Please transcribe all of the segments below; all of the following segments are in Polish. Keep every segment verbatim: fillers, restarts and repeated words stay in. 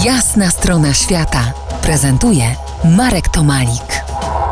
Jasna strona świata prezentuje Marek Tomalik.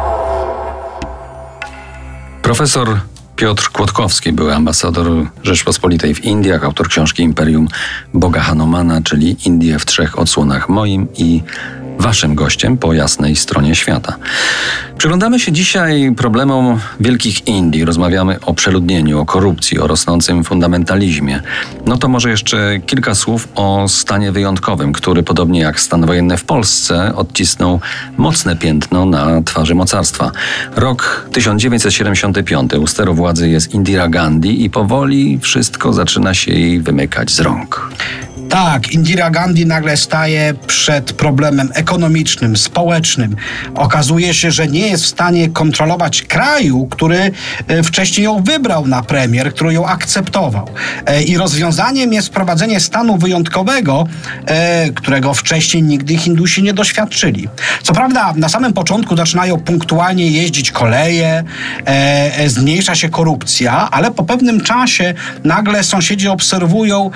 Profesor Piotr Kłodkowski, były ambasador Rzeczpospolitej w Indiach, autor książki Imperium Boga Hanumana, czyli Indie w trzech odsłonach, moim i waszym gościem po jasnej stronie świata. Przyglądamy się dzisiaj problemom wielkich Indii. Rozmawiamy o przeludnieniu, o korupcji, o rosnącym fundamentalizmie. No to może jeszcze kilka słów o stanie wyjątkowym, który podobnie jak stan wojenny w Polsce odcisnął mocne piętno na twarzy mocarstwa. Rok tysiąc dziewięćset siedemdziesiąty piąty. U steru władzy jest Indira Gandhi i powoli wszystko zaczyna się jej wymykać z rąk. Tak, Indira Gandhi nagle staje przed problemem ekonomicznym, społecznym. Okazuje się, że nie jest w stanie kontrolować kraju, który wcześniej ją wybrał na premier, który ją akceptował. I rozwiązaniem jest wprowadzenie stanu wyjątkowego, którego wcześniej nigdy Hindusi nie doświadczyli. Co prawda na samym początku zaczynają punktualnie jeździć koleje, zmniejsza się korupcja, ale po pewnym czasie nagle sąsiedzi obserwują,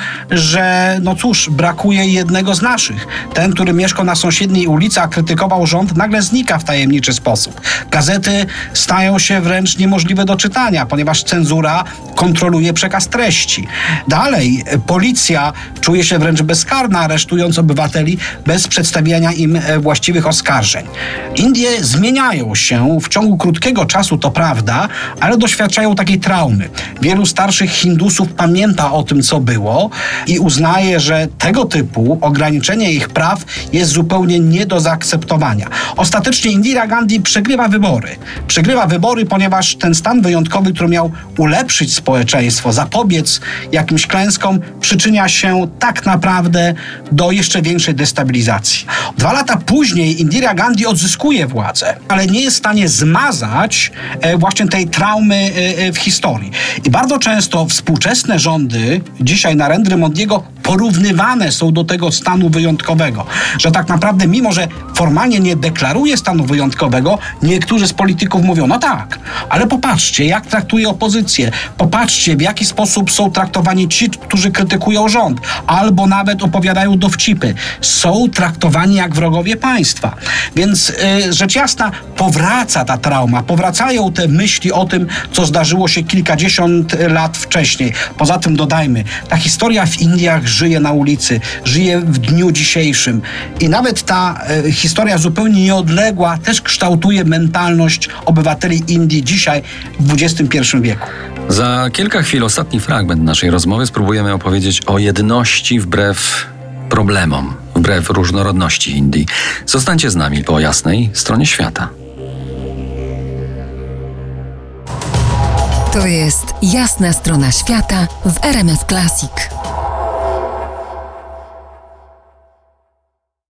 że no cóż, brakuje jednego z naszych. Ten, który mieszkał na sąsiedniej ulicy, a krytykował rząd, nagle znika w tajemniczy sposób. Gazety stają się wręcz niemożliwe do czytania, ponieważ cenzura kontroluje przekaz treści. Dalej, policja czuje się wręcz bezkarna, aresztując obywateli bez przedstawiania im właściwych oskarżeń. Indie zmieniają się w ciągu krótkiego czasu, to prawda, ale doświadczają takiej traumy. Wielu starszych Hindusów pamięta o tym, co było i uznaje, że tego typu ograniczenie ich praw jest zupełnie nie do zaakceptowania. Ostatecznie Indira Gandhi przegrywa wybory. Przegrywa wybory, ponieważ ten stan wyjątkowy, który miał ulepszyć społeczeństwo, zapobiec jakimś klęskom, przyczynia się tak naprawdę do jeszcze większej destabilizacji. Dwa lata później Indira Gandhi odzyskuje władzę, ale nie jest w stanie zmazać e, właśnie tej traumy e, w historii. I bardzo często współczesne rządy, dzisiaj Narendry Modiego, porównywane są do tego stanu wyjątkowego. Że tak naprawdę, mimo że formalnie nie deklaruje stanu wyjątkowego, niektórzy z polityków mówią, no tak, ale popatrzcie, jak traktuje opozycję. Popatrzcie, w jaki sposób są traktowani ci, którzy krytykują rząd. Albo nawet opowiadają dowcipy. Są traktowani jak wrogowie państwa. Więc yy, rzecz jasna, powraca ta trauma. Powracają te myśli o tym, co zdarzyło się kilkadziesiąt lat wcześniej. Poza tym dodajmy, ta historia w Indiach żyje na ulicy, żyje w dniu dzisiejszym. I nawet ta e, historia zupełnie nieodległa też kształtuje mentalność obywateli Indii dzisiaj w dwudziestym pierwszym wieku. Za kilka chwil ostatni fragment naszej rozmowy spróbujemy opowiedzieć o jedności wbrew problemom, wbrew różnorodności Indii. Zostańcie z nami po jasnej stronie świata. To jest Jasna strona świata w R M F Classic.